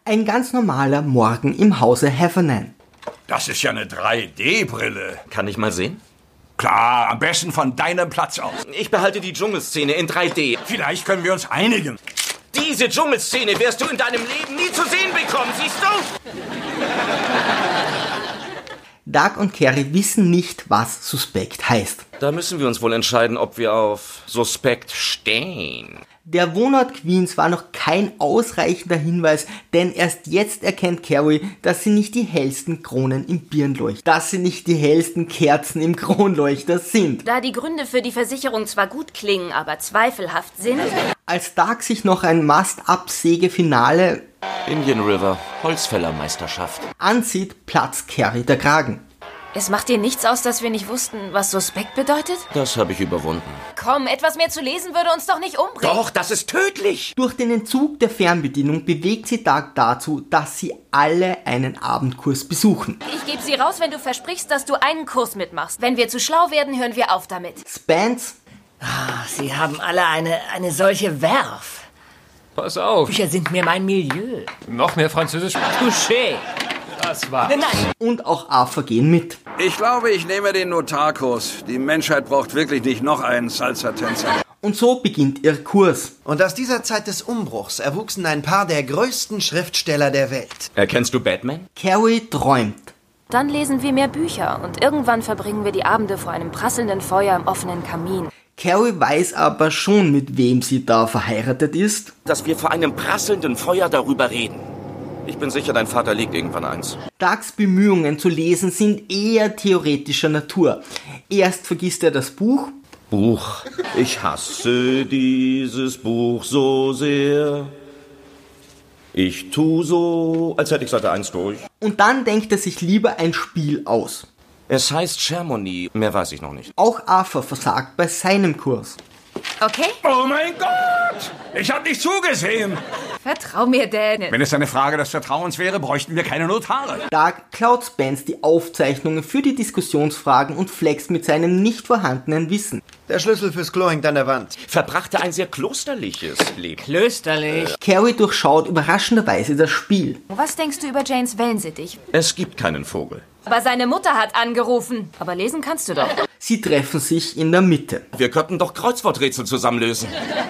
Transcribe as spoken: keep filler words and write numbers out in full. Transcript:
Ein ganz normaler Morgen im Hause Heffernan. Das ist ja eine drei D Brille. Kann ich mal sehen? Klar, am besten von deinem Platz aus. Ich behalte die Dschungelszene in drei D. Vielleicht können wir uns einigen. Diese Dschungelszene wirst du in deinem Leben nie zu sehen bekommen, siehst du? Doug und Carrie wissen nicht, was suspekt heißt. Da müssen wir uns wohl entscheiden, ob wir auf suspekt stehen. Der Wohnort Queens war noch kein ausreichender Hinweis, denn erst jetzt erkennt Carrie, dass sie nicht die hellsten Kronen im Birnleuchter, dass sie nicht die hellsten Kerzen im Kronleuchter sind. Da die Gründe für die Versicherung zwar gut klingen, aber zweifelhaft sind. Als Doug sich noch ein Mast-Absäge-Finale Indian River, Holzfällermeisterschaft ansieht, platzt Carrie der Kragen. Es macht dir nichts aus, dass wir nicht wussten, was suspekt bedeutet? Das habe ich überwunden. Komm, etwas mehr zu lesen würde uns doch nicht umbringen. Doch, das ist tödlich. Durch den Entzug der Fernbedienung bewegt sie Doug dazu, dass sie alle einen Abendkurs besuchen. Ich gebe sie raus, wenn du versprichst, dass du einen Kurs mitmachst. Wenn wir zu schlau werden, hören wir auf damit. Spence, Ah, Sie haben alle eine, eine solche Werf. Pass auf. Bücher sind mir mein Milieu. Noch mehr Französisch. Touché. Das war... Nein. und auch Arthur gehen mit. Ich glaube, ich nehme den Notarkurs. Die Menschheit braucht wirklich nicht noch einen Salsa-Tänzer. Und so beginnt ihr Kurs. Und aus dieser Zeit des Umbruchs erwuchsen ein paar der größten Schriftsteller der Welt. Erkennst du Batman? Carrie träumt. Dann lesen wir mehr Bücher und irgendwann verbringen wir die Abende vor einem prasselnden Feuer im offenen Kamin. Carrie weiß aber schon, mit wem sie da verheiratet ist. Dass wir vor einem prasselnden Feuer darüber reden. Ich bin sicher, dein Vater legt irgendwann eins. Dougs Bemühungen zu lesen sind eher theoretischer Natur. Erst vergisst er das Buch. Buch. Ich hasse dieses Buch so sehr. Ich tu so, als hätte ich Seite eins durch. Und dann denkt er sich lieber ein Spiel aus. Es heißt Chamonix, mehr weiß ich noch nicht. Auch Arthur versagt bei seinem Kurs. Okay? Oh mein Gott! Ich habe nicht zugesehen. Vertrau mir, Dan. Wenn es eine Frage des Vertrauens wäre, bräuchten wir keine Notare. Doug klaut Spence die Aufzeichnungen für die Diskussionsfragen und flext mit seinem nicht vorhandenen Wissen. Der Schlüssel fürs Klo hängt an der Wand. Verbrachte ein sehr klosterliches Leben. Klösterlich. Carrie durchschaut überraschenderweise das Spiel. Was denkst du über Janes Wellensittich? Es gibt keinen Vogel. Aber seine Mutter hat angerufen. Aber lesen kannst du doch. Sie treffen sich in der Mitte. Wir könnten doch Kreuzworträtsel zusammenlösen.